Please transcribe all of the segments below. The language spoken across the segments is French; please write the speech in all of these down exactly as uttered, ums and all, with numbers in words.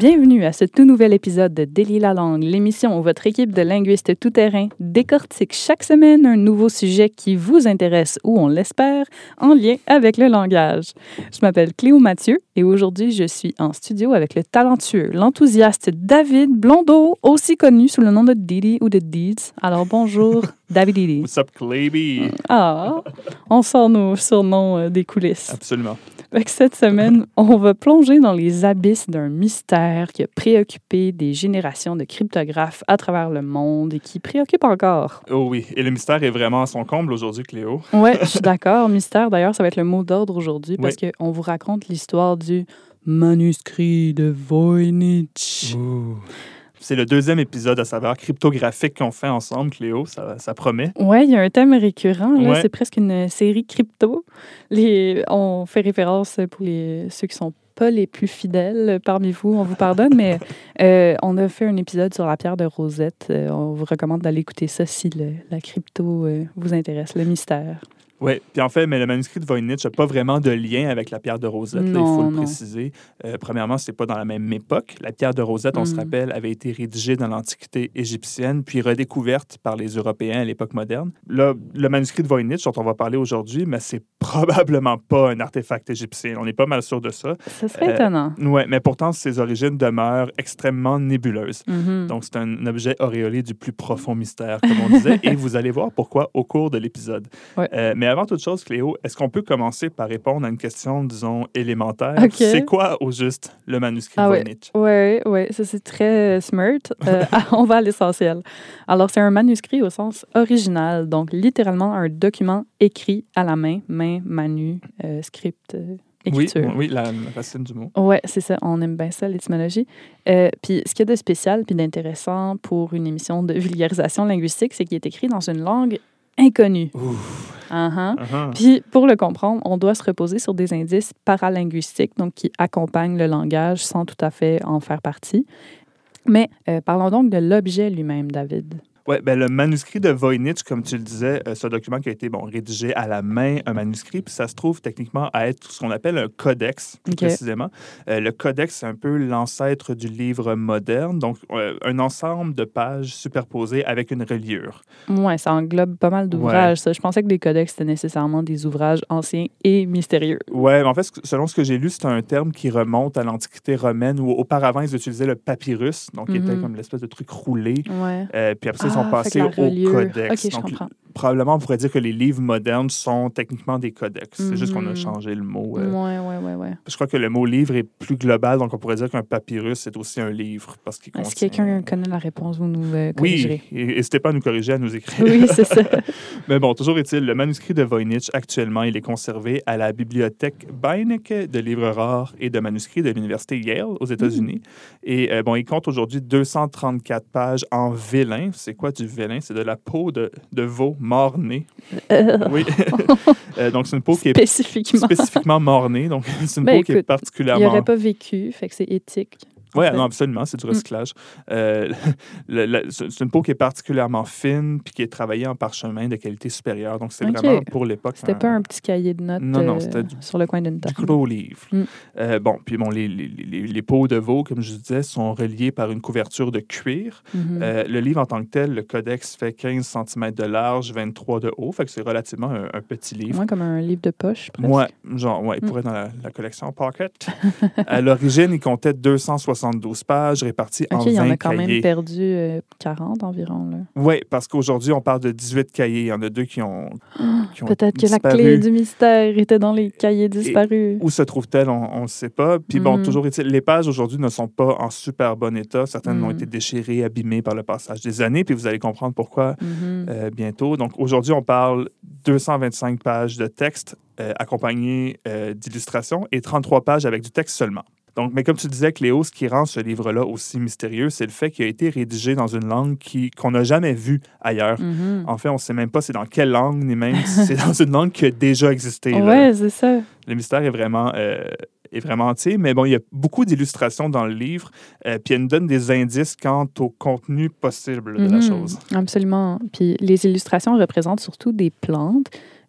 Bienvenue à ce tout nouvel épisode de Délier la langue, l'émission où votre équipe de linguistes tout-terrain décortique chaque semaine un nouveau sujet qui vous intéresse ou on l'espère, en lien avec le langage. Je m'appelle Cléo Mathieu et aujourd'hui je suis en studio avec le talentueux, l'enthousiaste David Blondeau, aussi connu sous le nom de Didi ou de Deeds. Alors bonjour David Didi. What's up, Cléby? Ah, on sort nos surnoms euh, des coulisses. Absolument. Fait que cette semaine, on va plonger dans les abysses d'un mystère qui a préoccupé des générations de cryptographes à travers le monde et qui préoccupe encore. Oh oui, et le mystère est vraiment à son comble aujourd'hui, Cléo. Ouais, je suis d'accord. Mystère, d'ailleurs, ça va être le mot d'ordre aujourd'hui parce Oui. qu'on vous raconte l'histoire du manuscrit de Voynich. Ouh. C'est le deuxième épisode à saveur cryptographique qu'on fait ensemble, Cléo. Ça, ça promet. Oui, il y a un thème récurrent. Là, Ouais. C'est presque une série crypto. Les, on fait référence pour les, ceux qui sont pas les plus fidèles parmi vous, on vous pardonne, mais euh, on a fait un épisode sur la pierre de Rosette. Euh, on vous recommande d'aller écouter ça si le, la crypto euh, vous intéresse, le mystère. Oui, puis en fait, mais le manuscrit de Voynich n'a pas vraiment de lien avec la pierre de Rosette, là, il Non, faut le non. préciser. Euh, premièrement, c'est pas dans la même époque. La pierre de Rosette, on Mm. se rappelle, avait été rédigée dans l'Antiquité égyptienne, puis redécouverte par les Européens à l'époque moderne. Là, le manuscrit de Voynich, dont on va parler aujourd'hui, mais c'est probablement pas un artefact égyptien. On est pas mal sûr de ça. Ça serait Euh, étonnant. Oui, mais pourtant, ses origines demeurent extrêmement nébuleuses. Mhm. Donc, c'est un objet auréolé du plus profond mystère, comme on disait, et vous allez voir pourquoi au cours de l'épisode. Ouais. Euh, mais avant toute chose, Cléo, est-ce qu'on peut commencer par répondre à une question, disons, élémentaire? OK. C'est quoi, au juste, le manuscrit Ah de ouais. Voynich? Oui, oui, ça c'est très euh, smart. Euh, on va à l'essentiel. Alors, c'est un manuscrit au sens original, donc littéralement un document écrit à la main, main, manu, euh, script, euh, Oui, écriture. oui, la, la racine du mot. Oui, c'est ça. On aime bien ça, l'étymologie. Euh, puis, ce qu'il y a de spécial puis d'intéressant pour une émission de vulgarisation linguistique, c'est qu'il est écrit dans une langue inconnue. Ouf. Uh-huh. Uh-huh. Puis, pour le comprendre, on doit se reposer sur des indices paralinguistiques, donc qui accompagnent le langage sans tout à fait en faire partie. Mais euh, parlons donc de l'objet lui-même, David. Oui, ben, le manuscrit de Voynich, comme tu le disais, euh, c'est un document qui a été bon, rédigé à la main, un manuscrit, puis ça se trouve techniquement à être ce qu'on appelle un codex, plus OK. précisément. Euh, le codex, c'est un peu l'ancêtre du livre moderne, donc euh, un ensemble de pages superposées avec une reliure. Ouais, ça englobe pas mal d'ouvrages. Ça. Je pensais que les codex, c'était nécessairement des ouvrages anciens et mystérieux. Oui, mais en fait, ce que- selon ce que j'ai lu, c'est un terme qui remonte à l'Antiquité romaine, où auparavant, ils utilisaient le papyrus, donc qui était Mhm. comme l'espèce de truc roulé. Ouais. Euh, puis après ça, ils Ah, sont fait passés que la au reliure. codex. OK, je Donc, comprends. probablement, on pourrait dire que les livres modernes sont techniquement des codex. C'est juste qu'on a Mhm. changé le mot. euh, Ouais, ouais, ouais, ouais. Je crois que le mot livre est plus global, donc on pourrait dire qu'un papyrus, c'est aussi un livre. Parce qu'il Si contient... quelqu'un connaît la réponse, vous nous euh, corrigerez. Oui, et- n'hésitez pas à nous corriger, à nous écrire. Oui, c'est ça. Mais bon, toujours est-il, le manuscrit de Voynich, actuellement, il est conservé à la bibliothèque Beinecke de livres rares et de manuscrits de l'Université Yale aux États-Unis. Et euh, bon, il compte aujourd'hui deux cent trente-quatre pages en vélin. C'est quoi du vélin? C'est de la peau de, de veau mort-né. Euh, Oui. Euh, donc, c'est une peau qui est Spécifiquement. spécifiquement mort-née. Donc, c'est une Ben, peau qui est écoute, Il particulièrement... n'aurait pas vécu, fait que c'est éthique. en Oui, fait. non, absolument, c'est du recyclage. Euh, le- le- c'est c'est une peau qui est particulièrement fine puis qui est travaillée en parchemin de qualité supérieure. Donc, c'est OK. vraiment pour l'époque. C'était pas un petit cahier de notes Non, non, euh, c'était du- sur le coin d'une Du table. gros livre. Mm. Euh, bon, puis bon, les, les, les, les peaux de veau, comme je disais, sont reliées par une couverture de cuir. Mhm. Euh, le livre en tant que tel, le codex, fait quinze centimètres de large, vingt-trois de haut. Fait que c'est relativement un, un petit livre. Moins comme un livre de poche, presque. Ouais, genre, ouais, il Mm. pourrait être dans la, la collection Pocket. À l'origine, il comptait deux cent soixante-douze pages réparties en OK, il y en a vingt quand même cahiers. perdu euh, quarante environ. Là. Oui, parce qu'aujourd'hui, on parle de dix-huit cahiers. Il y en a deux qui ont, qui ont Peut-être que la disparu. clé du mystère était dans les cahiers disparus. Où se trouve-t-elle, on ne sait pas. Puis bon, Mhm. toujours est-il, les pages aujourd'hui ne sont pas en super bon état. Certaines Mhm. ont été déchirées, abîmées par le passage des années, puis vous allez comprendre pourquoi Mhm. euh, bientôt. Donc aujourd'hui, on parle deux cent vingt-cinq pages de texte euh, accompagnées euh, d'illustrations et trente-trois pages avec du texte seulement. Donc, mais comme tu disais, Cléo, ce qui rend ce livre-là aussi mystérieux, c'est le fait qu'il a été rédigé dans une langue qui, qu'on n'a jamais vue ailleurs. Mhm. En fait, on ne sait même pas c'est dans quelle langue, ni même si c'est dans une langue qui a déjà existé. là. Ouais, c'est ça. Le mystère est vraiment, euh, est vraiment entier, mais bon, il y a beaucoup d'illustrations dans le livre, euh, puis elle nous donne des indices quant au contenu possible de la Mhm. chose. Absolument. Puis les illustrations représentent surtout des plantes.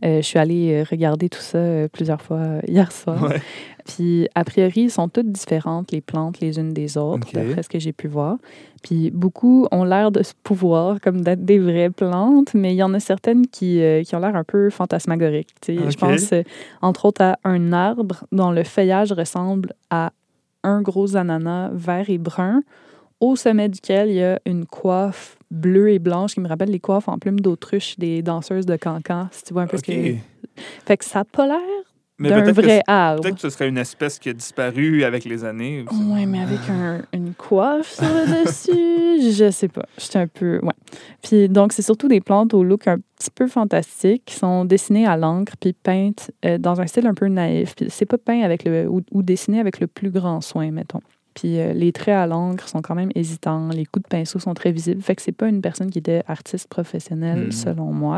Euh, je suis allée regarder tout ça euh, plusieurs fois hier soir. Ouais. Puis, a priori, ils sont toutes différentes, les plantes, les unes des autres, OK. d'après ce que j'ai pu voir. Puis, beaucoup ont l'air de se pouvoir comme d'être des vraies plantes, mais il y en a certaines qui, euh, qui ont l'air un peu fantasmagoriques. Tu sais. OK. Je pense, euh, entre autres, à un arbre dont le feuillage ressemble à un gros ananas vert et brun, au sommet duquel il y a une coiffe bleue et blanche qui me rappelle les coiffes en plumes d'autruche des danseuses de cancan, si tu vois un peu OK. ce que... Fait que ça n'a pas l'air Mais d'un peut-être que vrai c- arbre. Peut-être que ce serait une espèce qui a disparu avec les années. ou ça. Oui, mais avec un- une coiffe sur le dessus, je sais pas. J'étais un peu... Ouais. Puis donc, c'est surtout des plantes au look un petit peu fantastique qui sont dessinées à l'encre puis peintes euh, dans un style un peu naïf. Puis c'est pas peint avec le... ou, ou dessiné avec le plus grand soin, mettons. Puis euh, les traits à l'encre sont quand même hésitants. Les coups de pinceau sont très visibles. Fait que c'est pas une personne qui était artiste professionnelle, Mm. selon moi.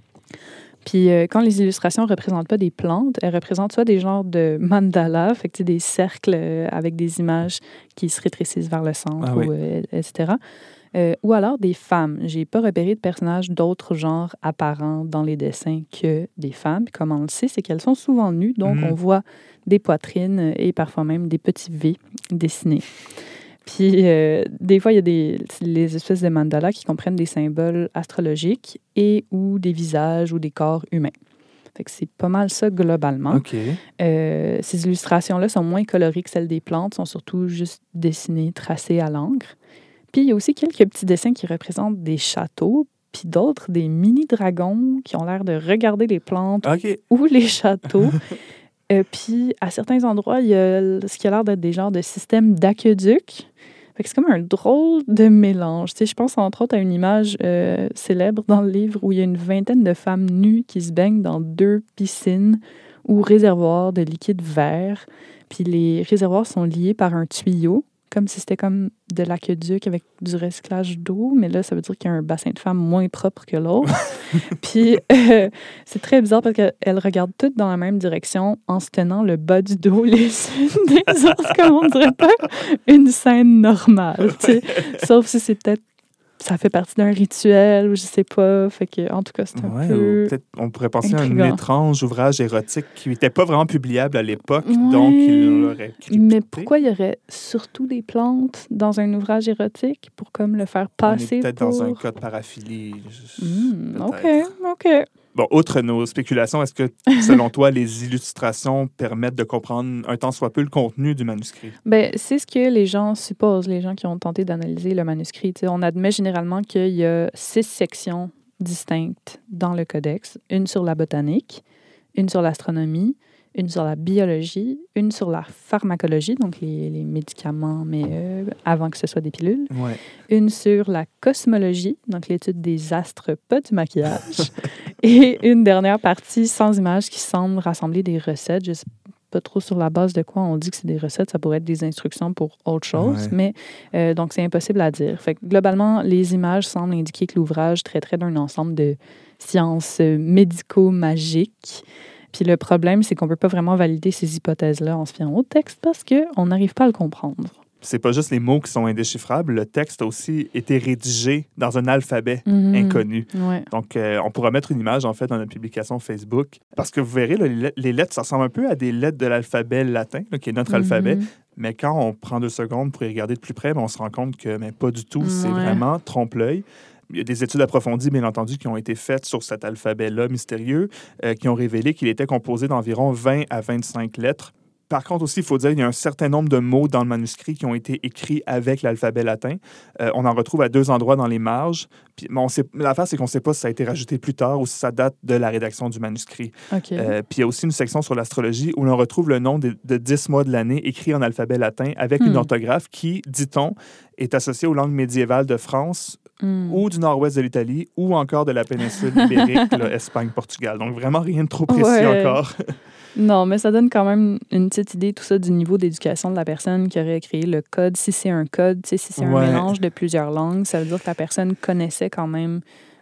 Puis euh, quand les illustrations ne représentent pas des plantes, elles représentent soit des genres de mandalas, fait que, tu sais, des cercles euh, avec des images qui se rétrécissent vers le centre, Ah oui. ou, euh, et cetera. Euh, ou alors des femmes. J'ai pas repéré de personnages d'autres genres apparents dans les dessins que des femmes. Puis comme on le sait, c'est qu'elles sont souvent nues, donc Mhm. on voit des poitrines et parfois même des petits V dessinés. Puis, euh, des fois, il y a des, les espèces de mandalas qui comprennent des symboles astrologiques et ou des visages ou des corps humains. Fait que c'est pas mal ça globalement. OK. Euh, ces illustrations-là sont moins colorées que celles des plantes, sont surtout juste dessinées, tracées à l'encre. Puis, il y a aussi quelques petits dessins qui représentent des châteaux, puis d'autres des mini-dragons qui ont l'air de regarder les plantes OK. ou les châteaux. Euh, puis, à certains endroits, il y a ce qui a l'air d'être des genres de systèmes d'aqueduc. Fait que c'est comme un drôle de mélange. Tu sais, je pense entre autres à une image euh, célèbre dans le livre où il y a une vingtaine de femmes nues qui se baignent dans deux piscines ou réservoirs de liquide vert. Puis les réservoirs sont liés par un tuyau, comme si c'était comme de l'aqueduc avec du recyclage d'eau. Mais là, ça veut dire qu'il y a un bassin de femmes moins propre que l'autre. Puis euh, c'est très bizarre parce qu'elles regardent toutes dans la même direction en se tenant le bas du dos les unes des autres, comme on dirait pas une scène normale. Tu sais. Sauf si c'est peut-être ça fait partie d'un rituel ou je sais pas. Fait que, en tout cas, c'est un Ouais, peu... ou peut-être on pourrait penser à un intriguant. étrange ouvrage érotique qui n'était pas vraiment publiable à l'époque, Ouais. donc il l'aurait crypté. Mais pourquoi il y aurait surtout des plantes dans un ouvrage érotique pour comme le faire On est passer peut-être pour... dans un cas de paraphilie. je- Hmm, OK, peut-être. OK. Bon, outre nos spéculations, est-ce que, selon toi, les illustrations permettent de comprendre un tant soit peu le contenu du manuscrit? Ben, c'est ce que les gens supposent, les gens qui ont tenté d'analyser le manuscrit. Tu sais, on admet généralement qu'il y a six sections distinctes dans le codex. Une sur la botanique, une sur l'astronomie, une sur la biologie, une sur la pharmacologie, donc les, les médicaments, mais euh, avant que ce soit des pilules. Ouais. Une sur la cosmologie, donc l'étude des astres, pas du maquillage. Et une dernière partie sans images qui semble rassembler des recettes. Je ne sais pas trop sur la base de quoi on dit que c'est des recettes. Ça pourrait être des instructions pour autre chose, Ouais. mais euh, donc c'est impossible à dire. Fait que, globalement, les images semblent indiquer que l'ouvrage traiterait d'un ensemble de sciences euh, médico-magiques. Puis le problème, c'est qu'on ne peut pas vraiment valider ces hypothèses-là en se fiant au texte parce qu'on n'arrive pas à le comprendre. C'est pas juste les mots qui sont indéchiffrables, le texte a aussi été rédigé dans un alphabet Mhm. inconnu. Ouais. Donc, euh, on pourra mettre une image, en fait, dans notre publication Facebook. Parce que vous verrez, là, les let- les lettres, ça ressemble un peu à des lettres de l'alphabet latin, là, qui est notre alphabet. Mhm. Mais quand on prend deux secondes pour y regarder de plus près, ben, on se rend compte que mais pas du tout. C'est Ouais. vraiment trompe-l'œil. Il y a des études approfondies, bien entendu, qui ont été faites sur cet alphabet-là mystérieux, euh, qui ont révélé qu'il était composé d'environ vingt à vingt-cinq lettres. Par contre, aussi, il faut dire qu'il y a un certain nombre de mots dans le manuscrit qui ont été écrits avec l'alphabet latin. Euh, on en retrouve à deux endroits dans les marges. Puis, bon, on sait- l'affaire, c'est qu'on ne sait pas si ça a été rajouté plus tard ou si ça date de la rédaction du manuscrit. OK. Euh, puis il y a aussi une section sur l'astrologie où l'on retrouve le nom de, de dix mois de l'année écrit en alphabet latin avec une Hmm. orthographe qui, dit-on, est associée aux langues médiévales de France Hmm. ou du nord-ouest de l'Italie ou encore de la péninsule ibérique, là, Espagne, Portugal. Donc vraiment rien de trop précis Ouais. encore. Non, mais ça donne quand même une petite idée, tout ça, du niveau d'éducation de la personne qui aurait créé le code. Si c'est un code, tu sais, si c'est un Ouais. mélange de plusieurs langues, ça veut dire que la personne connaissait quand même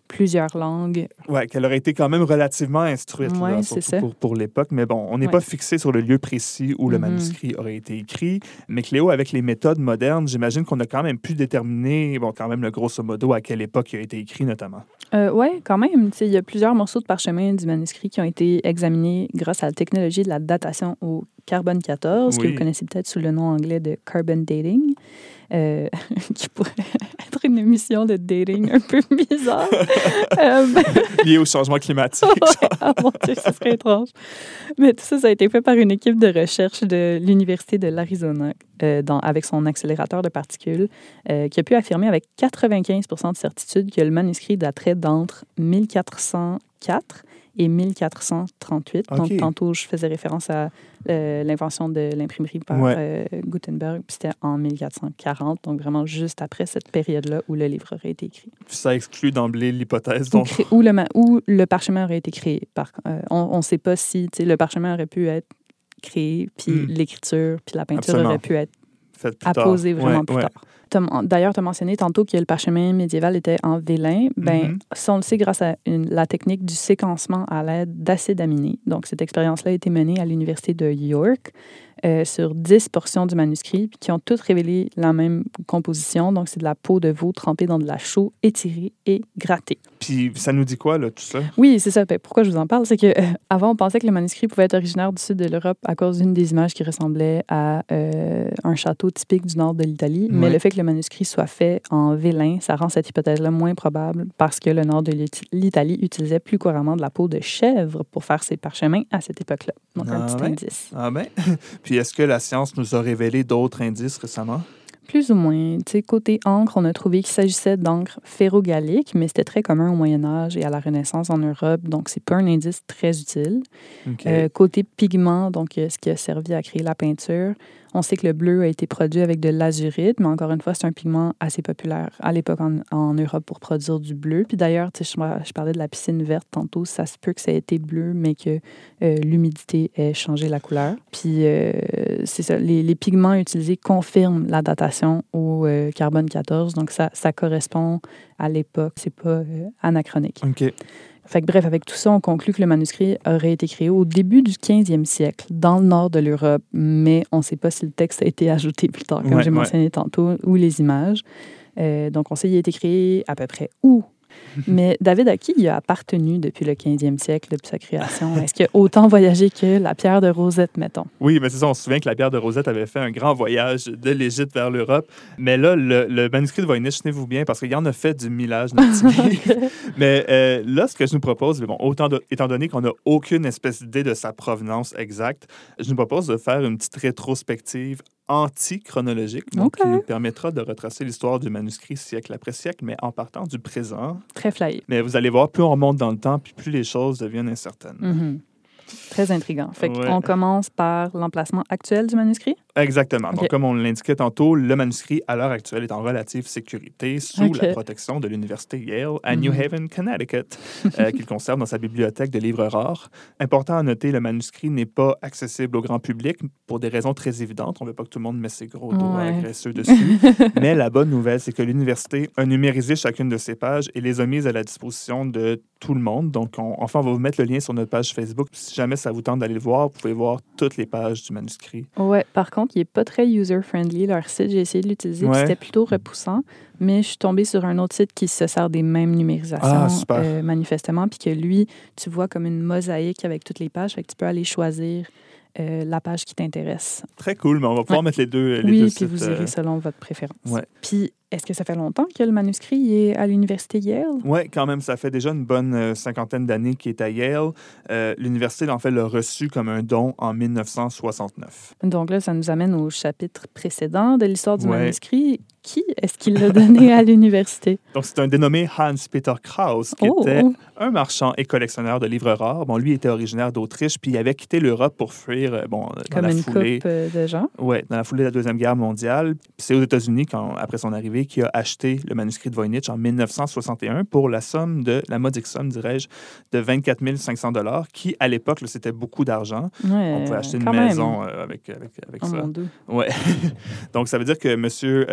plusieurs langues. Oui, qu'elle aurait été quand même relativement instruite, Oui, là, c'est surtout ça. pour, pour l'époque. Mais bon, on n'est Ouais. pas fixé sur le lieu précis où le Mhm. manuscrit aurait été écrit. Mais Cléo, avec les méthodes modernes, j'imagine qu'on a quand même pu déterminer, bon, quand même, le grosso modo, à quelle époque il a été écrit, notamment. Euh, oui, quand même. Il y a plusieurs morceaux de parchemin du manuscrit qui ont été examinés grâce à la technologie de la datation au carbone quatorze, Oui. que vous connaissez peut-être sous le nom anglais de carbon dating, euh, qui pourrait être une émission de dating un peu bizarre. euh, Lié au changement climatique. ouais, oh mon Dieu, ce serait étrange. Mais tout ça, ça a été fait par une équipe de recherche de l'Université de l'Arizona euh, dans, avec son accélérateur de particules, euh, qui a pu affirmer avec quatre-vingt-quinze pour cent de certitude que le manuscrit daterait d'entre mille quatre cent quatre et mille quatre cent trente-huit. OK. Donc, tantôt, je faisais référence à euh, l'invention de l'imprimerie par Ouais. euh, Gutenberg, puis c'était en mille quatre cent quarante, donc vraiment juste après cette période-là où le livre aurait été écrit. Puis ça exclut d'emblée l'hypothèse. Ou, Donc... cré- ou, le, ma- ou le parchemin aurait été créé. Par, euh, on ne sait pas si tu sais, le parchemin aurait pu être créé, puis Mm. l'écriture, puis la peinture Absolument. aurait pu être Faites plus tard. apposée vraiment Ouais, plus ouais. tard. T'as- D'ailleurs, tu as mentionné tantôt que le parchemin médiéval était en vélin. Ben, Mhm. ça, on le sait grâce à une- la technique du séquencement à l'aide d'acides aminés. Donc, cette expérience-là a été menée à l'Université de York euh, sur dix portions du manuscrit, puis qui ont toutes révélé la même composition. Donc, c'est de la peau de veau trempée dans de la chaux, étirée et grattée. Puis ça nous dit quoi, là, tout ça? Oui, c'est ça. Ben, pourquoi je vous en parle? C'est que euh, avant, on pensait que le manuscrit pouvait être originaire du sud de l'Europe à cause d'une des images qui ressemblait à euh, un château typique du nord de l'Italie. Mais Ouais. le fait que le manuscrit soit fait en vélin, ça rend cette hypothèse-là moins probable parce que le nord de l'It- l'Italie utilisait plus couramment de la peau de chèvre pour faire ses parchemins à cette époque-là. Donc, un Ah petit ouais? indice. Ah ben? Puis est-ce que la science nous a révélé d'autres indices récemment? Plus ou moins. Tu sais, côté encre, on a trouvé qu'il s'agissait d'encre ferrogallique, mais c'était très commun au Moyen Âge et à la Renaissance en Europe, donc c'est pas un indice très utile. OK. Euh, côté pigment, donc euh, ce qui a servi à créer la peinture, on sait que le bleu a été produit avec de l'azurite, mais encore une fois, c'est un pigment assez populaire à l'époque en, en Europe pour produire du bleu. Puis d'ailleurs, tu sais, je, je parlais de la piscine verte tantôt, ça se peut que ça ait été bleu, mais que euh, l'humidité ait changé la couleur. Puis euh, c'est ça, les, les pigments utilisés confirment la datation au euh, carbone quatorze, donc ça, ça correspond à l'époque, c'est pas euh, anachronique. OK. Fait que bref, avec tout ça, on conclut que le manuscrit aurait été créé au début du quinzième siècle, dans le nord de l'Europe, mais on ne sait pas si le texte a été ajouté plus tard, comme Ouais, j'ai ouais. mentionné tantôt, ou les images. Euh, donc, on sait qu'il a été créé à peu près où. Mais David, à qui il a appartenu depuis le quinzième siècle, depuis sa création? Est-ce qu'il a autant voyagé que la pierre de Rosette, mettons? Oui, mais c'est ça, on se souvient que la pierre de Rosette avait fait un grand voyage de l'Égypte vers l'Europe. Mais là, le, le manuscrit de Voynich, tenez-vous bien, parce qu'il en a fait du millage, notre petit livre. Mais euh, là, ce que je nous propose, bon, autant de- étant donné qu'on n'a aucune espèce d'idée de sa provenance exacte, je nous propose de faire une petite rétrospective anti-chronologique, donc OK. qui nous permettra de retracer l'histoire du manuscrit siècle après siècle, mais en partant du présent. Très flyé. Mais vous allez voir, plus on remonte dans le temps, puis plus les choses deviennent incertaines. Mhm. Très intriguant. Fait Ouais. qu'on commence par l'emplacement actuel du manuscrit. Exactement. OK. Donc, comme on l'indiquait tantôt, le manuscrit, à l'heure actuelle, est en relative sécurité sous OK. la protection de l'Université Yale à Mhm. New Haven, Connecticut, euh, qu'il conserve dans sa bibliothèque de livres rares. Important à noter, le manuscrit n'est pas accessible au grand public pour des raisons très évidentes. On ne veut pas que tout le monde mette ses gros doigts Ouais. agresseux dessus. Mais la bonne nouvelle, c'est que l'Université a numérisé chacune de ses pages et les a mises à la disposition de tout le monde. Donc, on, enfin, on va vous mettre le lien sur notre page Facebook. Si jamais ça vous tente d'aller le voir, vous pouvez voir toutes les pages du manuscrit. Ouais, par contre, il n'est pas très user-friendly, leur site. J'ai essayé de l'utiliser, puis Ouais. c'était plutôt repoussant. Mais je suis tombée sur un autre site qui se sert des mêmes numérisations, Ah, super. euh, manifestement, puis que lui, tu vois comme une mosaïque avec toutes les pages, fait que tu peux aller choisir euh, la page qui t'intéresse. Très cool, mais on va pouvoir Ouais. mettre les deux, les deux Oui, puis sites. vous euh, irez selon votre préférence. ouais. Puis, est-ce que ça fait longtemps que le manuscrit est à l'Université Yale? Oui, quand même, ça fait déjà une bonne euh, cinquantaine d'années qu'il est à Yale. Euh, L'université, en fait, l'a reçu comme un don en mille neuf cent soixante-neuf. Donc là, ça nous amène au chapitre précédent de l'histoire du Ouais. manuscrit. Qui est-ce qui l'a donné à l'université? Donc, c'est un dénommé Hans-Peter Krause, qui Oh! était un marchand et collectionneur de livres rares. Bon, lui était originaire d'Autriche, puis il avait quitté l'Europe pour fuir, euh, bon, dans Comme la une foulée. coupe euh, de gens. Ouais, dans la foulée de la Deuxième Guerre mondiale. Puis c'est aux États-Unis, quand, après son arrivée, qu'il a acheté le manuscrit de Voynich en mille neuf cent soixante et un pour la somme de, la modique somme, dirais-je, de vingt-quatre mille cinq cents dollars, qui, à l'époque, là, c'était beaucoup d'argent. Ouais, On pouvait acheter une quand même. maison euh, avec, avec, avec Oh ça. mon Dieu. Ouais. Donc, ça veut dire que M. Krause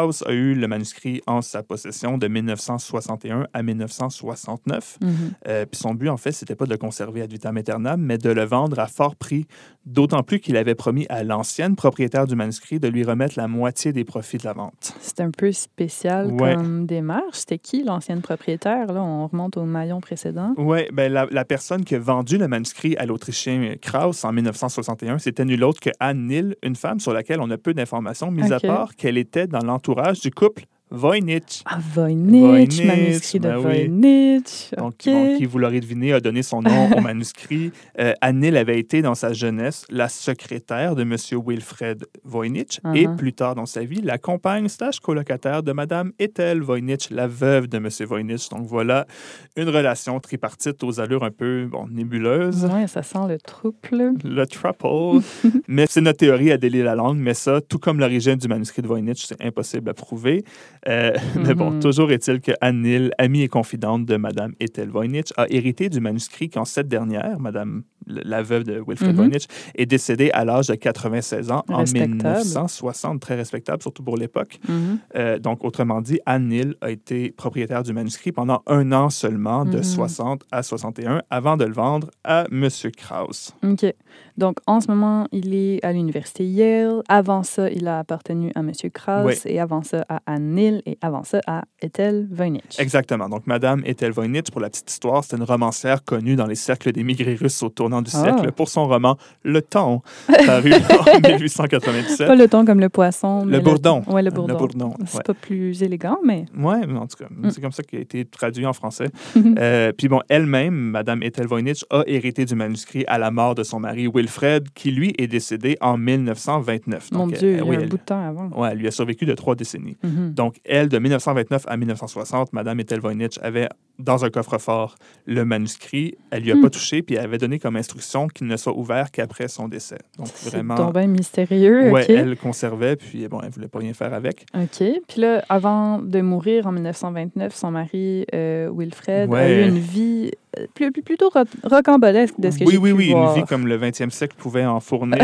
Krauss a eu le manuscrit en sa possession de mille neuf cent soixante et un à mille neuf cent soixante-neuf. Mhm. Euh, puis son but, en fait, c'était pas de le conserver ad vitam aeternam, mais de le vendre à fort prix, d'autant plus qu'il avait promis à l'ancienne propriétaire du manuscrit de lui remettre la moitié des profits de la vente. C'est un peu spécial Ouais. comme démarche. C'était qui l'ancienne propriétaire? Là, on remonte au maillon précédent. Oui, ben la, la personne qui a vendu le manuscrit à l'Autrichien Krauss en mille neuf cent soixante et un, c'était nul autre que Anne Nil, une femme sur laquelle on a peu d'informations, mis Ok. à part qu'elle était dans l'entourage du couple Voynich. Ah, Voynich, Voynich, manuscrit de ben oui. Voynich. Donc, OK. bon, qui, vous l'aurez deviné, a donné son nom au manuscrit. Euh, Anne Nil avait été, dans sa jeunesse, la secrétaire de M. Wilfred Voynich et, Uh-huh. plus tard dans sa vie, la compagne slash colocataire de Mme Ethel Voynich, la veuve de M. Voynich. Donc, voilà une relation tripartite aux allures un peu bon, nébuleuses. Ouais, ça sent le trouble. Le trouble. Mais c'est notre théorie à Adélie Lalande, mais ça, tout comme l'origine du manuscrit de Voynich, c'est impossible à prouver. Euh, Mais bon, Mhm. toujours est-il que Anne Nil, amie et confidente de Mme Ethel Voynich, a hérité du manuscrit quand cette dernière, Mme la veuve de Wilfred Mhm. Voynich, est décédée à l'âge de quatre-vingt-seize ans en Respectable. mille neuf cent soixante, très respectable, surtout pour l'époque. Mhm. Euh, donc, autrement dit, Anne Nil a été propriétaire du manuscrit pendant un an seulement, de Mhm. soixante à soixante et un, avant de le vendre à M. Krauss. OK. Donc, en ce moment, il est à l'université Yale. Avant ça, il a appartenu à M. Krauss Oui. et avant ça à Anne Nil et avant ça à Ethel Voynich. Exactement. Donc, Madame Ethel Voynich, pour la petite histoire, c'était une romancière connue dans les cercles d'émigrés russes au tournant du Ah. siècle pour son roman Le Temps, paru en mille huit cent quatre-vingt-dix-sept. Pas le ton comme le poisson. Le mais bourdon. Oui, le bourdon. Le bourdon, C'est ouais. pas plus élégant, mais... Oui, en tout cas, Mm. c'est comme ça qu'il a été traduit en français. Euh, puis bon, elle-même, Madame Ethel Voynich, a hérité du manuscrit à la mort de son mari Wilfred, qui lui est décédé en mille neuf cent vingt-neuf. Mon Donc, Dieu, euh, il y a oui, un elle, bout de temps avant. ouais, elle lui a survécu de trois décennies. Mhm. Donc, elle, de mille neuf cent vingt-neuf à mille neuf cent soixante, Madame Ethel Voynich avait dans un coffre-fort le manuscrit. Elle lui a Hmm. pas touché, puis elle avait donné comme instruction qu'il ne soit ouvert qu'après son décès. Donc, C'est vraiment, donc bien mystérieux, ouais, OK. elle le conservait, puis bon, elle voulait pas rien faire avec. OK. Puis là, avant de mourir en mille neuf cent vingt-neuf, son mari, euh, Wilfred, a Ouais. eu une vie euh, plus, plus- plutôt ro- rocambolesque de ce que oui, j'ai oui, pu oui, voir. une vie comme le vingtième siècle pouvait en fournir.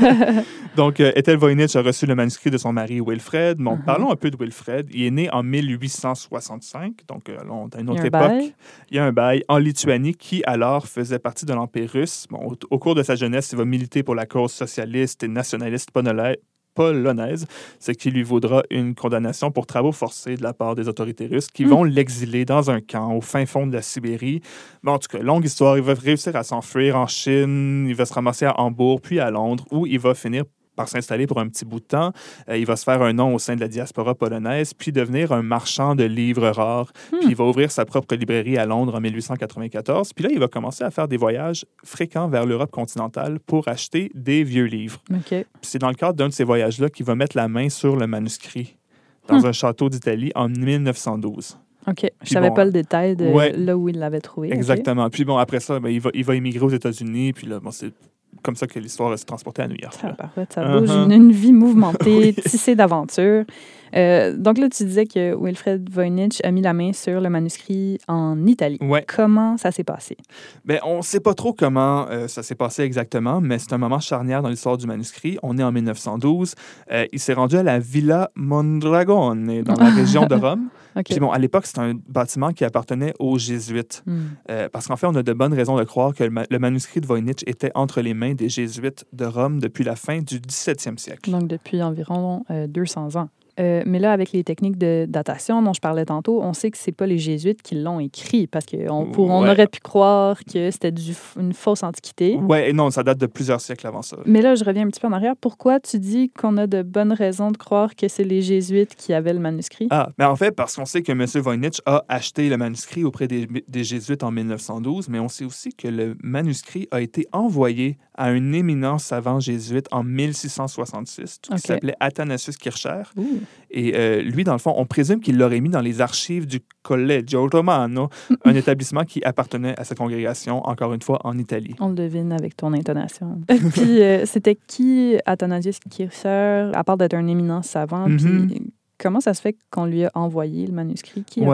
Donc, euh, Ethel Voynich a reçu le manuscrit de son mari Wilfred. Bon, Mhm. parlons un peu de Wilfred. Il est né en mille huit cent soixante-cinq, donc euh, là, on est à une Il y a autre un époque. bail. Il y a un bail en Lituanie qui, alors, faisait partie de l'Empire russe. Bon, au, au cours de sa jeunesse, il va militer pour la cause socialiste et nationaliste polonais- polonaise, ce qui lui vaudra une condamnation pour travaux forcés de la part des autorités russes qui Mm. vont l'exiler dans un camp au fin fond de la Sibérie. Bon, en tout cas, longue histoire. Il va réussir à s'enfuir en Chine, il va se ramasser à Hambourg, puis à Londres, où il va finir par s'installer pour un petit bout de temps. Euh, il va se faire un nom au sein de la diaspora polonaise, puis devenir un marchand de livres rares. Hmm. Puis il va ouvrir sa propre librairie à Londres en mille huit cent quatre-vingt-quatorze. Puis là, il va commencer à faire des voyages fréquents vers l'Europe continentale pour acheter des vieux livres. OK. Puis c'est dans le cadre d'un de ces voyages-là qu'il va mettre la main sur le manuscrit dans Hmm. un château d'Italie en mille neuf cent douze. OK. Je Puis savais bon, pas le détail de ouais. là où il l'avait trouvé. OK. Exactement. Puis bon, après ça, ben, il, va, il va émigrer aux États-Unis. Puis là, bon, c'est comme ça que l'histoire va se transporter à New York. Ça, là. parfait, ça bouge. Uh-huh. Une, une vie mouvementée, Oui. tissée d'aventures. Euh, donc là, tu disais que Wilfred Voynich a mis la main sur le manuscrit en Italie. Ouais. Comment ça s'est passé? Ben, on ne sait pas trop comment euh, ça s'est passé exactement, mais c'est un moment charnière dans l'histoire du manuscrit. On est en mille neuf cent douze. Euh, il s'est rendu à la Villa Mondragone, dans la région de Rome. OK. Puis bon, à l'époque, c'est un bâtiment qui appartenait aux Jésuites. Hmm. Euh, parce qu'en fait, on a de bonnes raisons de croire que le, ma- le manuscrit de Voynich était entre les mains des Jésuites de Rome depuis la fin du dix-septième siècle. Donc, depuis environ euh, deux cents ans. Euh, mais là, avec les techniques de datation dont je parlais tantôt, on sait que c'est pas les Jésuites qui l'ont écrit parce qu'on pour- on Ouais. aurait pu croire que c'était du, une fausse antiquité. Ouais, et non, ça date de plusieurs siècles avant ça. Mais là, je reviens un petit peu en arrière. Pourquoi tu dis qu'on a de bonnes raisons de croire que c'est les Jésuites qui avaient le manuscrit? Ah, mais en fait, parce qu'on sait que M. Voynich a acheté le manuscrit auprès des, des Jésuites en mille neuf cent douze, mais on sait aussi que le manuscrit a été envoyé à un éminent savant jésuite en mille six cent soixante-six, qui OK. s'appelait Athanasius Kircher. Ouh. Et euh, lui, dans le fond, on présume qu'il l'aurait mis dans les archives du Collegio Romano, un établissement qui appartenait à cette congrégation, encore une fois, en Italie. On le devine avec ton intonation. Puis, euh, c'était qui Athanasius Kircher, à part d'être un éminent savant? Mhm. Puis, comment ça se fait qu'on lui a envoyé le manuscrit? Qui a Ouais. fait ça?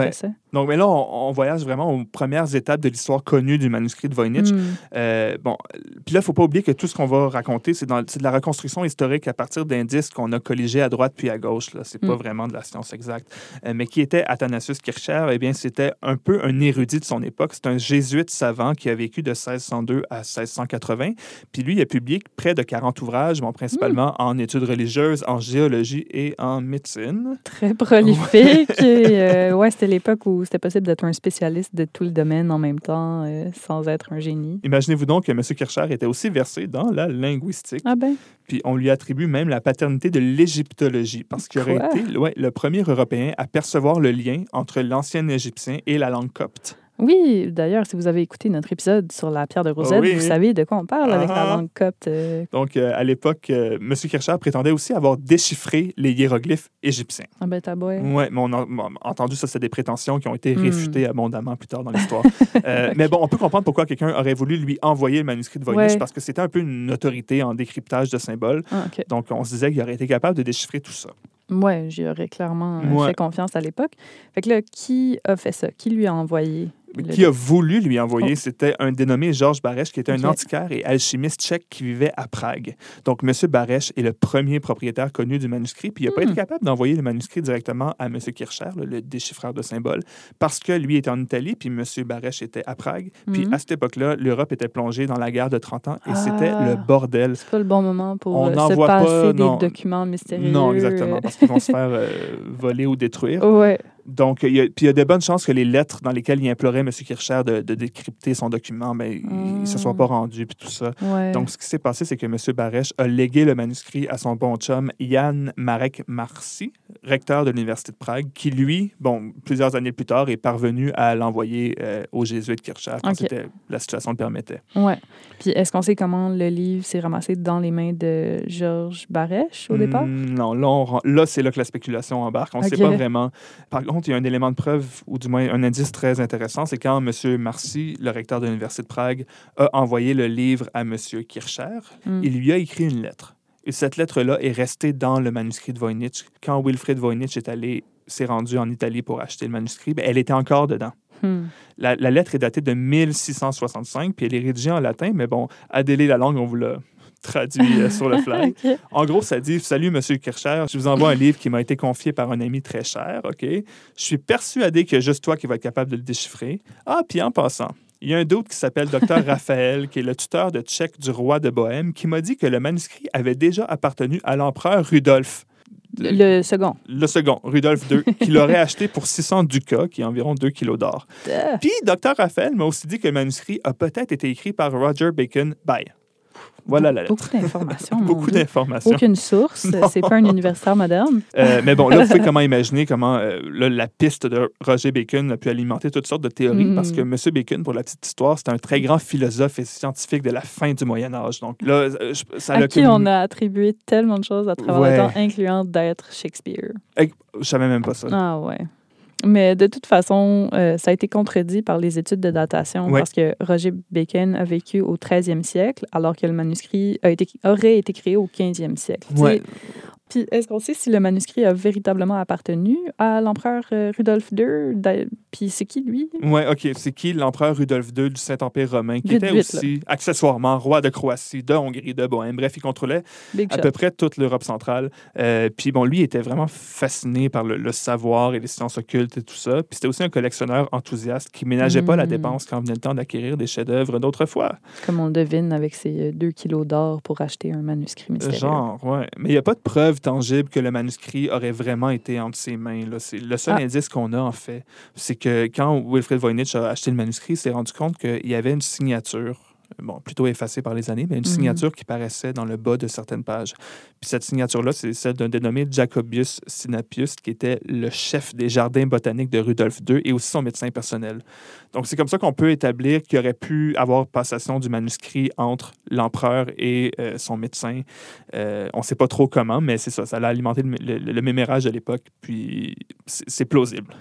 Donc, mais là, on, on voyage vraiment aux premières étapes de l'histoire connue du manuscrit de Voynich. Mm. Euh, bon, puis là, il ne faut pas oublier que tout ce qu'on va raconter, c'est, dans, c'est de la reconstruction historique à partir d'indices qu'on a colligés à droite puis à gauche. Ce n'est pas Mm. vraiment de la science exacte. Euh, mais qui était Athanasius Kircher? Eh bien, c'était un peu un érudit de son époque. C'est un jésuite savant qui a vécu de seize cent deux à seize cent quatre-vingts. Puis lui, il a publié près de quarante ouvrages, bon, principalement mm. en études religieuses, en géologie et en médecine. Très prolifique. et, euh, ouais, c'était l'époque où c'était possible d'être un spécialiste de tout le domaine en même temps, euh, sans être un génie. Imaginez-vous donc que M. Kircher était aussi versé dans la linguistique. Ah ben. Puis on lui attribue même la paternité de l'égyptologie, parce qu'il aurait Quoi? été ouais, le premier Européen à percevoir le lien entre l'ancien égyptien et la langue copte. Oui, d'ailleurs, si vous avez écouté notre épisode sur la pierre de Rosette, Oh oui. vous savez de quoi on parle avec uh-huh. la langue copte. Euh... Donc, euh, à l'époque, euh, M. Kircher prétendait aussi avoir déchiffré les hiéroglyphes égyptiens. Ah ben, t'as beau. Oui, mais on a, on a entendu ça, c'est des prétentions qui ont été Mm. réfutées abondamment plus tard dans l'histoire. euh, okay. Mais bon, on peut comprendre pourquoi quelqu'un aurait voulu lui envoyer le manuscrit de Voynich, ouais. parce que c'était un peu une autorité en décryptage de symboles. Ah, okay. Donc, on se disait qu'il aurait été capable de déchiffrer tout ça. Oui, j'y aurais clairement euh, ouais. fait confiance à l'époque. Fait que là, qui a fait ça? Qui lui a envoyé? Qui a voulu lui envoyer, oh. c'était un dénommé Georges Barèche, qui était okay. un antiquaire et alchimiste tchèque qui vivait à Prague. Donc, M. Barèche est le premier propriétaire connu du manuscrit, puis il n'a mm. pas été capable d'envoyer le manuscrit directement à M. Kircher, le, le déchiffreur de symboles, parce que lui était en Italie, puis M. Barèche était à Prague. Mm. Puis à cette époque-là, l'Europe était plongée dans la guerre de trente ans et ah. c'était le bordel. C'est pas le bon moment pour On euh, se passer pas, des non. documents mystérieux. Non, exactement, parce qu'ils vont se faire euh, voler ou détruire. Ouais. Donc, il y, a, puis il y a de bonnes chances que les lettres dans lesquelles il implorait M. Kircher de, de décrypter son document, ben, mmh. il ne se soit pas rendu, puis tout ça. Ouais. Donc, ce qui s'est passé, c'est que M. Barèche a légué le manuscrit à son bon chum Jan Marek Marci, recteur de l'Université de Prague, qui, lui, bon, plusieurs années plus tard, est parvenu à l'envoyer euh, aux jésuites Kircher quand okay. c'était, la situation le permettait. Oui. Puis, est-ce qu'on sait comment le livre s'est ramassé dans les mains de Georges Barèche, au départ? Mmh, non, là, on, là, c'est là que la spéculation embarque. On ne okay. sait pas vraiment. Par contre, il y a un élément de preuve, ou du moins un indice très intéressant, c'est quand M. Marci, le recteur de l'Université de Prague, a envoyé le livre à M. Kircher, mm. il lui a écrit une lettre. Et cette lettre-là est restée dans le manuscrit de Voynich. Quand Wilfrid Voynich est allé, s'est rendu en Italie pour acheter le manuscrit, bien, elle était encore dedans. Hmm. La, la lettre est datée de mille six cent soixante-cinq, puis elle est rédigée en latin, mais bon, Adélé la langue, on vous l'a traduit euh, sur le fly. Okay. En gros, ça dit « Salut, M. Kircher, je vous envoie un livre qui m'a été confié par un ami très cher, OK? Je suis persuadé qu'il y a juste toi qui va être capable de le déchiffrer. Ah, puis en passant, il y a un d'autre qui s'appelle Docteur Raphaël, qui est le tuteur de Tchèque du roi de Bohême, qui m'a dit que le manuscrit avait déjà appartenu à l'empereur Rudolf. Le, le second. Le second, Rudolf deux, qui l'aurait acheté pour six cents ducats, qui est environ deux kilos d'or. Uh. Puis, Docteur Raphaël m'a aussi dit que le manuscrit a peut-être été écrit par Roger Bacon by. Voilà la lettre. Beaucoup d'informations. Beaucoup d'informations. Aucune source. Non. C'est pas un universitaire moderne. Euh, mais bon, là, vous pouvez comment imaginer comment euh, là, la piste de Roger Bacon a pu alimenter toutes sortes de théories, mm. parce que M. Bacon, pour la petite histoire, c'est un très grand philosophe et scientifique de la fin du Moyen Âge. Donc là, ça à a qui on a attribué tellement de choses à travers ouais. le temps, incluant d'être Shakespeare. Et, je savais même pas ça. Ah ouais. Mais de toute façon, euh, ça a été contredit par les études de datation ouais. parce que Roger Bacon a vécu au treizième siècle, alors que le manuscrit a été, aurait été créé au quinzième siècle. Ouais. Puis, est-ce qu'on sait si le manuscrit a véritablement appartenu à l'empereur euh, Rudolf deux? Puis, c'est qui, lui? Oui, OK. C'est qui l'empereur Rudolf deux du Saint-Empire romain, qui vite, était vite, aussi, là. accessoirement, roi de Croatie, de Hongrie, de Bohême. Bref, il contrôlait Big à shot. peu près toute l'Europe centrale. Euh, puis, bon, lui, il était vraiment fasciné par le, le savoir et les sciences occultes et tout ça. Puis, c'était aussi un collectionneur enthousiaste qui ménageait mmh. pas la dépense quand venait le temps d'acquérir des chefs-d'œuvre d'autrefois. Comme on le devine avec ses deux kilos d'or pour acheter un manuscrit mystérieux. Genre, oui. Mais il n'y a pas de preuve tangible que le manuscrit aurait vraiment été entre ses mains. Là. C'est le seul ah. indice qu'on a, en fait. C'est que quand Wilfrid Voynich a acheté le manuscrit, il s'est rendu compte qu'il y avait une signature, bon, plutôt effacée par les années, mais une mm-hmm. signature qui paraissait dans le bas de certaines pages. Puis cette signature-là, c'est celle d'un dénommé Jacobius Sinapius, qui était le chef des jardins botaniques de Rudolf deux et aussi son médecin personnel. Donc, c'est comme ça qu'on peut établir qu'il y aurait pu avoir passation du manuscrit entre l'empereur et euh, son médecin. Euh, on ne sait pas trop comment, mais c'est ça. Ça a alimenté le, le, le mémérage de l'époque, puis c'est, c'est plausible.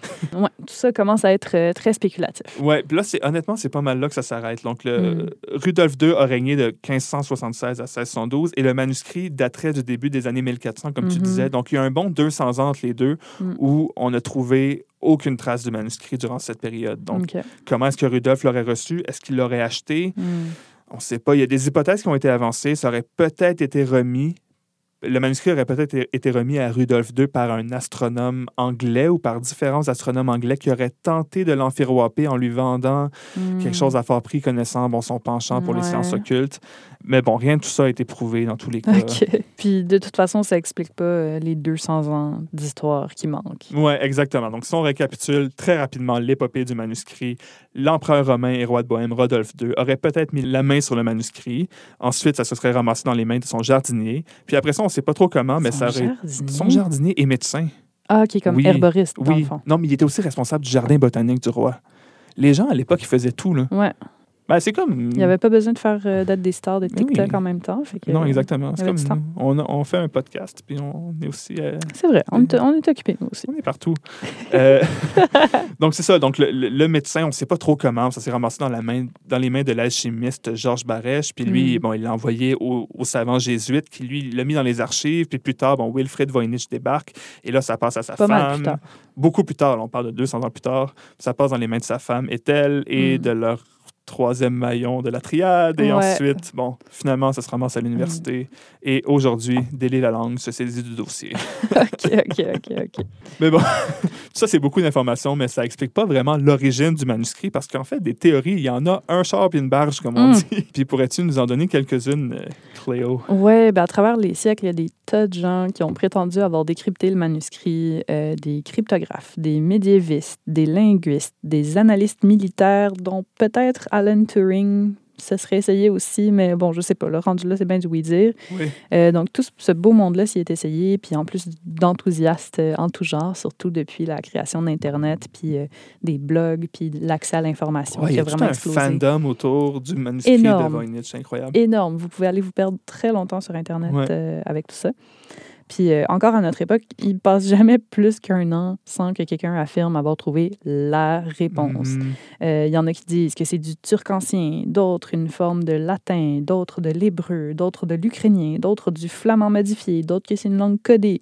Oui, tout ça commence à être euh, très spéculatif. Oui, puis là, c'est, honnêtement, c'est pas mal là que ça s'arrête. Donc, le, Mm. Rudolf deux a régné de quinze cent soixante-seize à seize cent douze et le manuscrit daterait du début des années mille quatre cents, comme tu Mhm. disais. Donc, il y a un bon deux cents ans entre les deux Mm. où on n'a trouvé aucune trace du manuscrit durant cette période. Donc, OK. comment est-ce que Rudolf l'aurait reçu? Est-ce qu'il l'aurait acheté? Mm. On ne sait pas. Il y a des hypothèses qui ont été avancées. Ça aurait peut-être été remis. Le manuscrit aurait peut-être été remis à Rudolf deux par un astronome anglais ou par différents astronomes anglais qui auraient tenté de l'enfiroiper en lui vendant Mm. quelque chose à fort prix, connaissant bon, son penchant pour les Ouais. sciences occultes. Mais bon, rien de tout ça a été prouvé dans tous les cas. OK. Puis de toute façon, ça explique pas euh, les deux cents ans d'histoire qui manquent. Oui, exactement. Donc, si on récapitule très rapidement l'épopée du manuscrit, l'empereur romain et roi de Bohême, Rodolphe deux, aurait peut-être mis la main sur le manuscrit. Ensuite, ça se serait ramassé dans les mains de son jardinier. Puis après ça, on ne sait pas trop comment, mais Son ça aurait... jardinier? Son jardinier et médecin. Ah, OK, comme Oui, herboriste, dans le Oui. fond. Non, mais il était aussi responsable du jardin botanique du roi. Les gens, à l'époque, ils faisaient tout, là. Ouais. Ben, c'est comme... Il n'y avait pas besoin de faire euh, d'être des stars de TikTok Oui. en même temps. Fait que, Non, exactement. il y C'est avait comme du temps. nous. On, a- on fait un podcast, puis on est aussi... euh, C'est vrai, on, est- on est occupés, nous aussi. On est partout. Euh, donc, c'est ça. Donc, le, le- le médecin, on ne sait pas trop comment. Ça s'est ramassé dans, la main, dans les mains de l'alchimiste Georges Barèche. Puis lui, Mm. bon, il l'a envoyé au, au savant jésuite qui, lui, l'a mis dans les archives. Puis plus tard, bon, Wilfrid Voynich débarque. Et là, ça passe à sa Pas femme. mal plus tard. Beaucoup plus tard. Là, on parle de deux cents ans plus tard. Ça passe dans les mains de sa femme, Ethel, et Mm. de leur troisième maillon de la triade. Et Ouais. ensuite, bon, finalement, ça se ramasse à l'université. Et aujourd'hui, Délie Lalangue se saisit du dossier. OK, OK, OK, OK. Mais bon, tout ça, c'est beaucoup d'informations, mais ça explique pas vraiment l'origine du manuscrit parce qu'en fait, des théories, il y en a un char puis une barge, comme on Mm. dit. Puis pourrais-tu nous en donner quelques-unes, euh, Cléo? Oui, ben à travers les siècles, il y a des tas de gens qui ont prétendu avoir décrypté le manuscrit, euh, des cryptographes, des médiévistes, des linguistes, des analystes militaires, dont peut-être Alan Turing se serait essayé aussi, mais bon, je sais pas, le rendu là, c'est bien du oui-dire. Oui. Euh, donc, tout ce- ce beau monde-là s'y est essayé, puis en plus d'enthousiastes euh, en tout genre, surtout depuis la création d'Internet, puis euh, des blogs, puis l'accès à l'information Ouais, il qui y a a tout vraiment un explosé. fandom autour du manuscrit Énorme. de Voynich, c'est incroyable. Énorme. Vous pouvez aller vous perdre très longtemps sur Internet Ouais. euh, avec tout ça. Puis euh, encore à notre époque, il passe jamais plus qu'un an sans que quelqu'un affirme avoir trouvé la réponse. Mhm. Euh, Il y en a qui disent que c'est du turc ancien, d'autres une forme de latin, d'autres de l'hébreu, d'autres de l'ukrainien, d'autres du flamand modifié, d'autres que c'est une langue codée.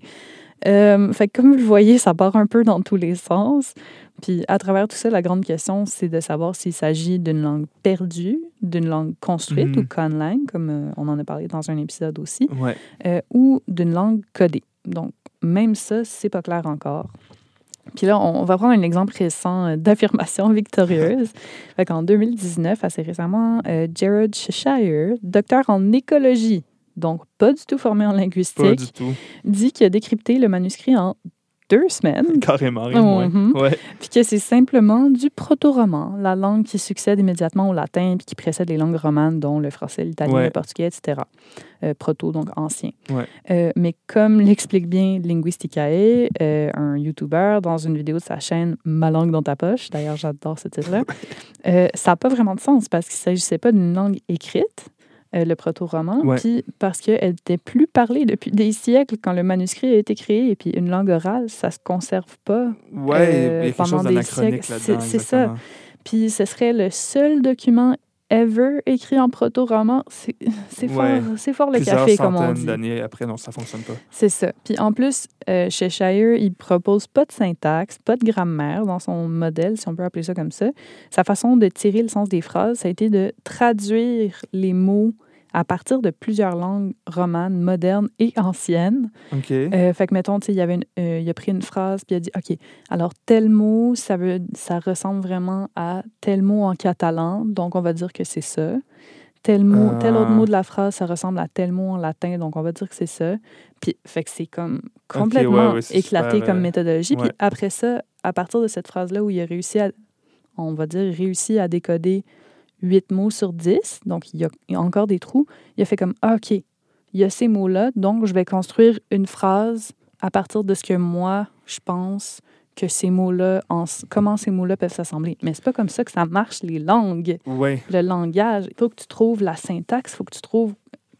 Euh, fait que comme vous le voyez, ça part un peu dans tous les sens. Puis à travers tout ça, la grande question, c'est de savoir s'il s'agit d'une langue perdue, d'une langue construite Mhm. ou conlang, comme euh, on en a parlé dans un épisode aussi, Ouais. euh, ou d'une langue codée. Donc, même ça, c'est pas clair encore. Puis là, on va prendre un exemple récent euh, d'affirmation victorieuse. Fait qu'en deux mille dix-neuf, assez récemment, euh, Jared Cheshire, docteur en écologie, donc pas du tout formé en Pas linguistique, du tout. dit qu'il a décrypté le manuscrit en deux semaines, Carrément, rien de moins. Mhm. Ouais. puis que c'est simplement du proto-roman, la langue qui succède immédiatement au latin puis qui précède les langues romanes, dont le français, l'italien, Ouais. le portugais, et cetera. Euh, proto, donc ancien. Ouais. Euh, mais comme l'explique bien Linguisticae, euh, un YouTuber, dans une vidéo de sa chaîne Ma langue dans ta poche, d'ailleurs j'adore ce titre-là, euh, ça n'a pas vraiment de sens parce qu'il ne s'agissait pas d'une langue écrite, euh, le proto-roman, Ouais. puis parce qu'elle n'était plus parlée depuis des siècles quand le manuscrit a été créé, et puis une langue orale, ça ne se conserve pas. Ouais, Euh, il y a quelque pendant chose des d'anachronique siècles. là-dedans. C'est- c'est ça. exactement. Puis ce serait le seul document ever écrit en proto-roman. C'est c'est Ouais. fort, c'est fort le Plusieurs café, comme on centaines dit. d'années après, non, ça fonctionne pas. C'est ça. Puis en plus, euh, chez Shire, il propose pas de syntaxe, pas de grammaire dans son modèle, si on peut appeler ça comme ça. Sa façon de tirer le sens des phrases, ça a été de traduire les mots à partir de plusieurs langues romanes, modernes et anciennes. OK. Euh, fait que, mettons, tu sais, il, y avait une- euh, il a pris une phrase, puis il a dit, OK, alors tel mot, ça, veut, ça ressemble vraiment à tel mot en catalan, donc on va dire que c'est ça. Tel mot, Ah. tel autre mot de la phrase, ça ressemble à tel mot en latin, donc on va dire que c'est ça. Puis, fait que c'est comme complètement ouais, ouais, c'est éclaté super, comme euh, méthodologie. ouais. Puis après ça, à partir de cette phrase-là où il a réussi à, on va dire, réussi à décoder huit mots sur dix, donc il y a, il y a encore des trous, il a fait comme, ah, OK, il y a ces mots-là, donc je vais construire une phrase à partir de ce que moi, je pense que ces mots-là, en, comment ces mots-là peuvent s'assembler. Mais c'est pas comme ça que ça marche, les langues. Ouais. Le langage, il faut que tu trouves la syntaxe, il faut que tu trouves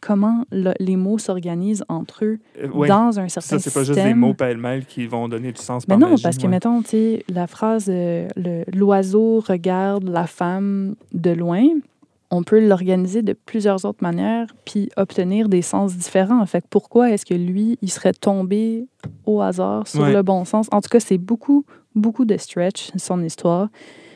comment le, les mots s'organisent entre eux euh, ouais. dans un certain Ça, c'est système. pas juste des mots pêle-mêle qui vont donner du sens Mais par non, magie, parce que, ouais. mettons, tu sais, la phrase euh, le, « l'oiseau regarde la femme de loin », on peut l'organiser de plusieurs autres manières puis obtenir des sens différents. Fait que pourquoi est-ce que lui, il serait tombé au hasard sur ouais. le bon sens? En tout cas, c'est beaucoup, beaucoup de stretch, son histoire.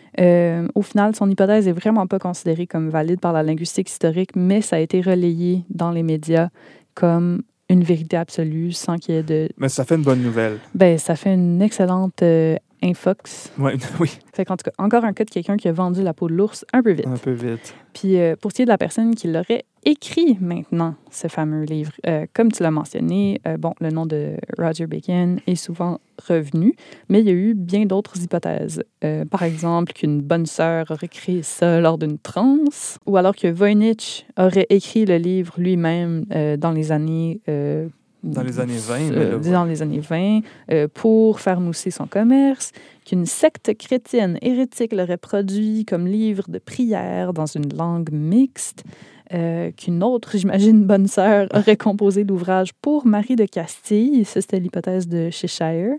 Euh, au final, son hypothèse n'est vraiment pas considérée comme valide par la linguistique historique, mais ça a été relayé dans les médias comme une vérité absolue sans qu'il y ait de... Mais ça fait une bonne nouvelle. Ben, ça fait une excellente euh, infox. Ouais, oui. Fait qu'en tout cas, encore un cas de quelqu'un qui a vendu la peau de l'ours un peu vite. Un peu vite. Puis euh, pour ce qui est de la personne qui l'aurait écrit maintenant, ce fameux livre, euh, comme tu l'as mentionné, euh, bon, le nom de Roger Bacon est souvent revenu, mais il y a eu bien d'autres hypothèses. Euh, par exemple, qu'une bonne sœur aurait créé ça lors d'une transe, ou alors que Voynich aurait écrit le livre lui-même euh, dans les années... Euh, Dans les années vingt. Euh, mais là, dans les années vingt, euh, pour faire mousser son commerce, qu'une secte chrétienne hérétique l'aurait produit comme livre de prière dans une langue mixte, euh, qu'une autre, j'imagine, bonne sœur, aurait composé l'ouvrage pour Marie de Castille, ça c'était l'hypothèse de Cheshire,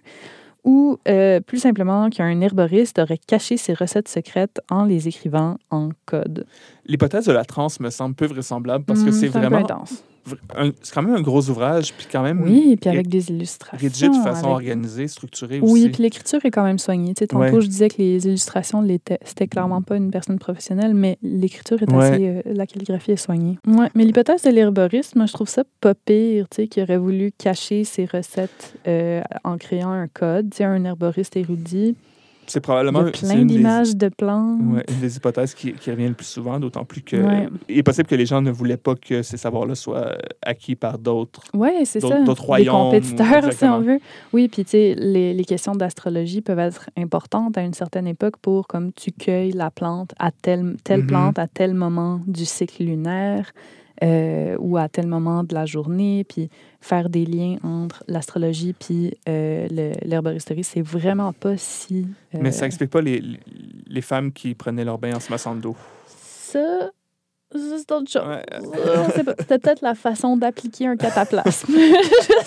ou euh, plus simplement qu'un herboriste aurait caché ses recettes secrètes en les écrivant en code. L'hypothèse de la transe me semble peu vraisemblable parce que Mmh, c'est c'est vraiment... un peu intense. Un, c'est quand même un gros ouvrage, puis quand même... Oui, puis avec des illustrations. Rédigé de façon avec... organisée, structurée Oui, aussi. puis l'écriture est quand même soignée. Tu sais, tantôt, ouais. je disais que les illustrations, l'étaient, c'était clairement pas une personne professionnelle, mais l'écriture est ouais. assez... Euh, la calligraphie est soignée. Ouais, mais l'hypothèse de l'herboriste, moi, je trouve ça pas pire, tu sais, qui aurait voulu cacher ses recettes euh, en créant un code. Tu sais, un herboriste érudit. C'est probablement... Il y a plein d'images des... de plantes. Ouais, une des hypothèses qui, qui revient le plus souvent, d'autant plus que... Ouais. Il est possible que les gens ne voulaient pas que ces savoirs-là soient acquis par d'autres. Oui, c'est d'autres, ça. D'autres royaumes. Des compétiteurs, ou... si on veut. Oui, puis tu sais, les, les questions d'astrologie peuvent être importantes à une certaine époque pour, comme tu cueilles la plante à telle, telle mm-hmm. plante à tel moment du cycle lunaire. Euh, ou à tel moment de la journée, puis faire des liens entre l'astrologie puis euh, le, l'herboristerie, c'est vraiment pas si... Euh... Mais ça explique pas les, les femmes qui prenaient leur bain en se massant de dos. Ça, c'est autre chose. Ouais. On sait pas. C'était peut-être la façon d'appliquer un cataplasme. Je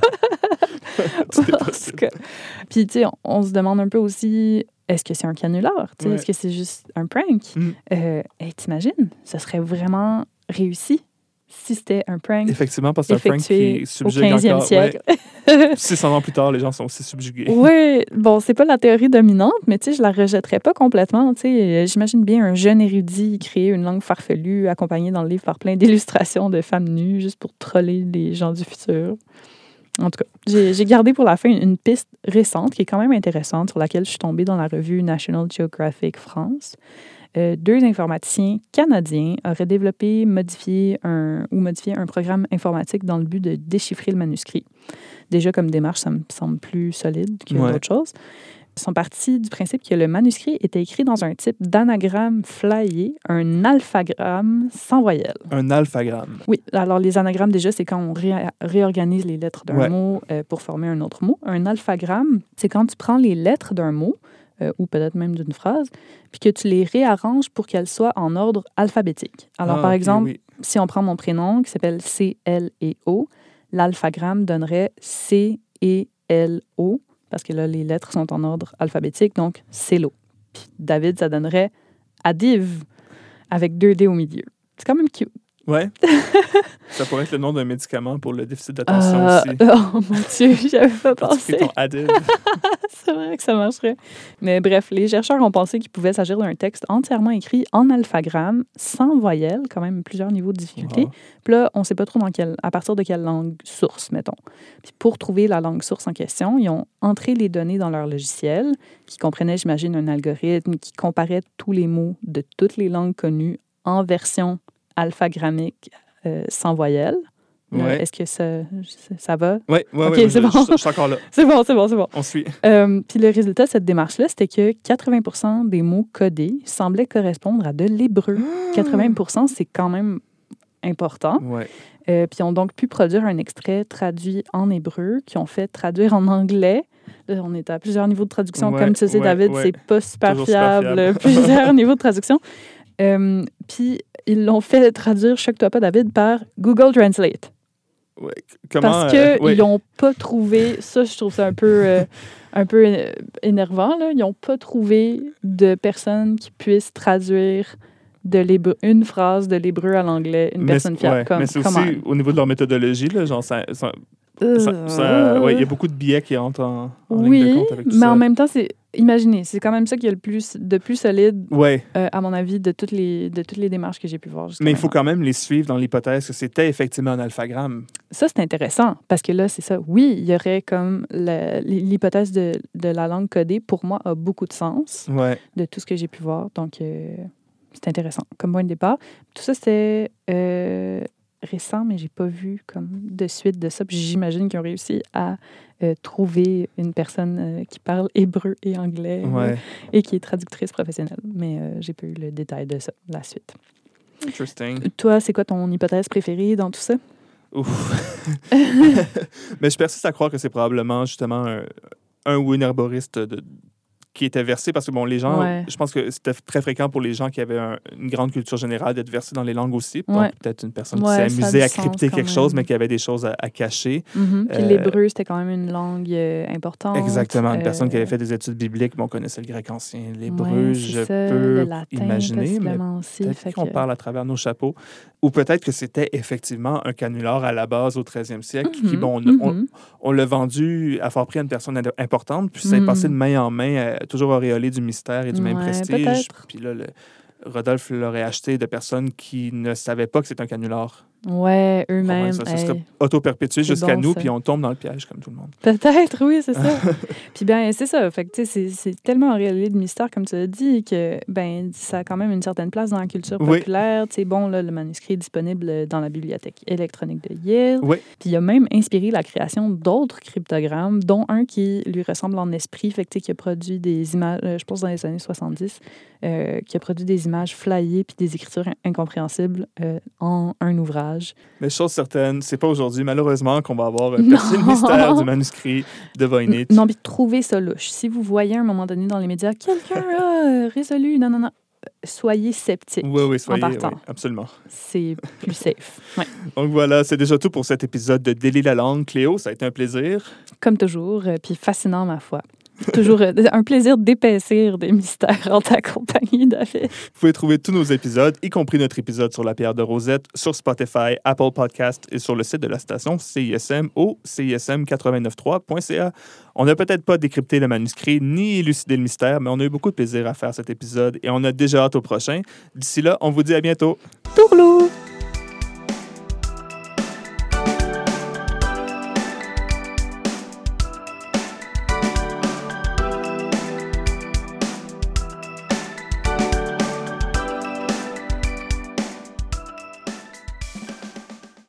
sais pas. Parce que... Puis, tu sais, on, on se demande un peu aussi... Est-ce que c'est un canular? Ouais. Est-ce que c'est juste un prank? Mm. Euh, hey, t'imagines? Ce serait vraiment... réussi si c'était un prank. Effectivement, parce que c'est un prank qui subjugue au quinzième encore. siècle. Ouais. six cents ans plus tard, les gens sont aussi subjugués. Oui, bon, c'est pas la théorie dominante, mais tu sais, je la rejetterais pas complètement. Tu sais, j'imagine bien un jeune érudit créer une langue farfelue accompagnée dans le livre par plein d'illustrations de femmes nues juste pour troller les gens du futur. En tout cas, j'ai, j'ai gardé pour la fin une, une piste récente qui est quand même intéressante sur laquelle je suis tombée dans la revue National Geographic France. Euh, deux informaticiens canadiens auraient développé, modifié un, ou modifié un programme informatique dans le but de déchiffrer le manuscrit. Déjà, comme démarche, ça me semble plus solide que ouais. d'autres choses. Ils sont partis du principe que le manuscrit était écrit dans un type d'anagramme flyé, un alphagramme sans voyelle. Un alphagramme. Oui. Alors, les anagrammes, déjà, c'est quand on ré- réorganise les lettres d'un ouais. mot euh, pour former un autre mot. Un alphagramme, c'est quand tu prends les lettres d'un mot, Euh, ou peut-être même d'une phrase, puis que tu les réarranges pour qu'elles soient en ordre alphabétique. Alors, ah, par okay, exemple, oui. si on prend mon prénom qui s'appelle C, L et O, l'alphagramme donnerait C, E, L, O, parce que là, les lettres sont en ordre alphabétique, donc Célo. Puis David, ça donnerait Adiv, avec deux D au milieu. C'est quand même cute. Ouais. Ça pourrait être le nom d'un médicament pour le déficit d'attention euh, aussi. Oh mon Dieu, j'avais pas pensé. Tu fais ton Adiv. C'est vrai que ça marcherait. Mais bref, les chercheurs ont pensé qu'il pouvait s'agir d'un texte entièrement écrit en alphagramme, sans voyelles, quand même plusieurs niveaux de difficulté. Wow. Puis là, on ne sait pas trop dans quelle, à partir de quelle langue source, mettons. Puis pour trouver la langue source en question, ils ont entré les données dans leur logiciel, qui comprenait, j'imagine, un algorithme qui comparait tous les mots de toutes les langues connues en version alphagrammique euh, sans voyelles. Ouais. Euh, est-ce que ça, ça va? Oui, oui, okay, oui. C'est je, bon. je, je suis encore là. C'est bon, c'est bon, c'est bon. On suit. Euh, puis le résultat de cette démarche-là, c'était que quatre-vingts pour cent des mots codés semblaient correspondre à de l'hébreu. Mmh. quatre-vingts pour cent, c'est quand même important. Ouais. Euh, puis ils ont donc pu produire un extrait traduit en hébreu, qui ont fait traduire en anglais. Là, on est à plusieurs niveaux de traduction. Ouais, Comme tu sais, ouais, David, ouais. c'est pas super Toujours fiable. Super fiable. Plusieurs niveaux de traduction. Euh, puis ils l'ont fait traduire, choque-toi pas, David, par Google Translate. Ouais. Comment, Parce qu'ils euh, ouais. n'ont pas trouvé... Ça, je trouve ça un peu, euh, un peu énervant. Là. Ils n'ont pas trouvé de personne qui puisse traduire de l'hébreu, une phrase de l'hébreu à l'anglais, une mais personne fiable. Ouais, Comme, mais c'est aussi on? au niveau de leur méthodologie, là, genre ça... ça Euh, Ça, ça, ouais, il y a beaucoup de billets qui entrent en, en oui, ligne de compte avec tout mais ça. en même temps, c'est imaginez, c'est quand même ça qui est le plus de plus solide, ouais. euh, à mon avis, de toutes les de toutes les démarches que j'ai pu voir. Mais il faut quand même les suivre dans l'hypothèse que c'était effectivement un alphagramme. Ça, c'est intéressant parce que là, c'est ça. Oui, il y aurait comme la, l'hypothèse de, de la langue codée, pour moi, a beaucoup de sens Ouais. de tout ce que j'ai pu voir. Donc, euh, c'est intéressant comme point de départ. Tout ça, c'était euh, récent, mais j'ai pas vu comme de suite de ça. Puis j'imagine qu'ils ont réussi à euh, trouver une personne euh, qui parle hébreu et anglais Ouais. euh, et qui est traductrice professionnelle. Mais euh, j'ai pas eu le détail de ça, la suite. Interesting. Toi, c'est quoi ton hypothèse préférée dans tout ça? Ouf. Mais je persiste à croire que c'est probablement justement un, un ou une herboriste de, qui était versé parce que bon, les gens, Ouais. je pense que c'était très fréquent pour les gens qui avaient un- une grande culture générale d'être versés dans les langues aussi. Donc, Ouais. peut-être une personne Ouais, qui s'est ça a amusée du à sens crypter quand quelque même. chose, mais qui avait des choses à, à cacher. Mm-hmm. Puis Euh, l'hébreu, c'était quand même une langue euh, importante. Exactement. Une Euh, personne qui avait fait des études bibliques, bon, on connaissait le grec ancien, l'hébreu, ouais, je c'est ça, peux le latin, imaginer, mais possiblement aussi. peut-être Fait qu'on que- parle à travers nos chapeaux. Ou peut-être que c'était effectivement un canular à la base au treizième siècle, qui, Mhm, bon, on, on- mhm. on l'a vendu à fort prix à une personne ad- importante, puis c'est Mhm. passé de main en main, euh, toujours auréolé du mystère et du même Ouais, prestige. peut-être. Puis là, le, Rodolphe l'aurait acheté de personnes qui ne savaient pas que c'était un canular. Ouais, eux-mêmes. Ça se hey. serait auto-perpétué c'est jusqu'à bon, nous, ça. puis on tombe dans le piège comme tout le monde. Peut-être, oui, c'est ça. Puis ben c'est ça. Fait que tu sais, c'est, c'est tellement auréolé de mystère, comme tu as dit, que ben ça a quand même une certaine place dans la culture Oui. populaire. Tu sais, bon, là, le manuscrit est disponible dans la bibliothèque électronique de Yale. Oui. Puis il a même inspiré la création d'autres cryptogrammes, dont un qui lui ressemble en esprit, fait que, tu sais, qui a produit des images, euh, je pense dans les années soixante-dix, euh, qui a produit des images flyées puis des écritures in- incompréhensibles euh, en un ouvrage. Mais chose certaine, c'est pas aujourd'hui, malheureusement, qu'on va avoir euh, Non. percé le mystère du manuscrit de Voynich. Non, puis trouvez ça louche. Si vous voyez à un moment donné dans les médias, quelqu'un a euh, résolu, non, non, non, soyez sceptiques. Oui, oui, soyez, en oui, partant. absolument. C'est plus safe. Ouais. Donc voilà, c'est déjà tout pour cet épisode de Délie la langue. Cléo, ça a été un plaisir. Comme toujours, euh, puis fascinant, ma foi. Toujours euh, un plaisir d'épaissir des mystères en ta compagnie, David. Vous pouvez trouver tous nos épisodes, y compris notre épisode sur la pierre de Rosette, sur Spotify, Apple Podcast et sur le site de la station C I S M au C I S M quatre-vingt-neuf trois point C A. On n'a peut-être pas décrypté le manuscrit ni élucidé le mystère, mais on a eu beaucoup de plaisir à faire cet épisode et on a déjà hâte au prochain. D'ici là, on vous dit à bientôt. Tourlou!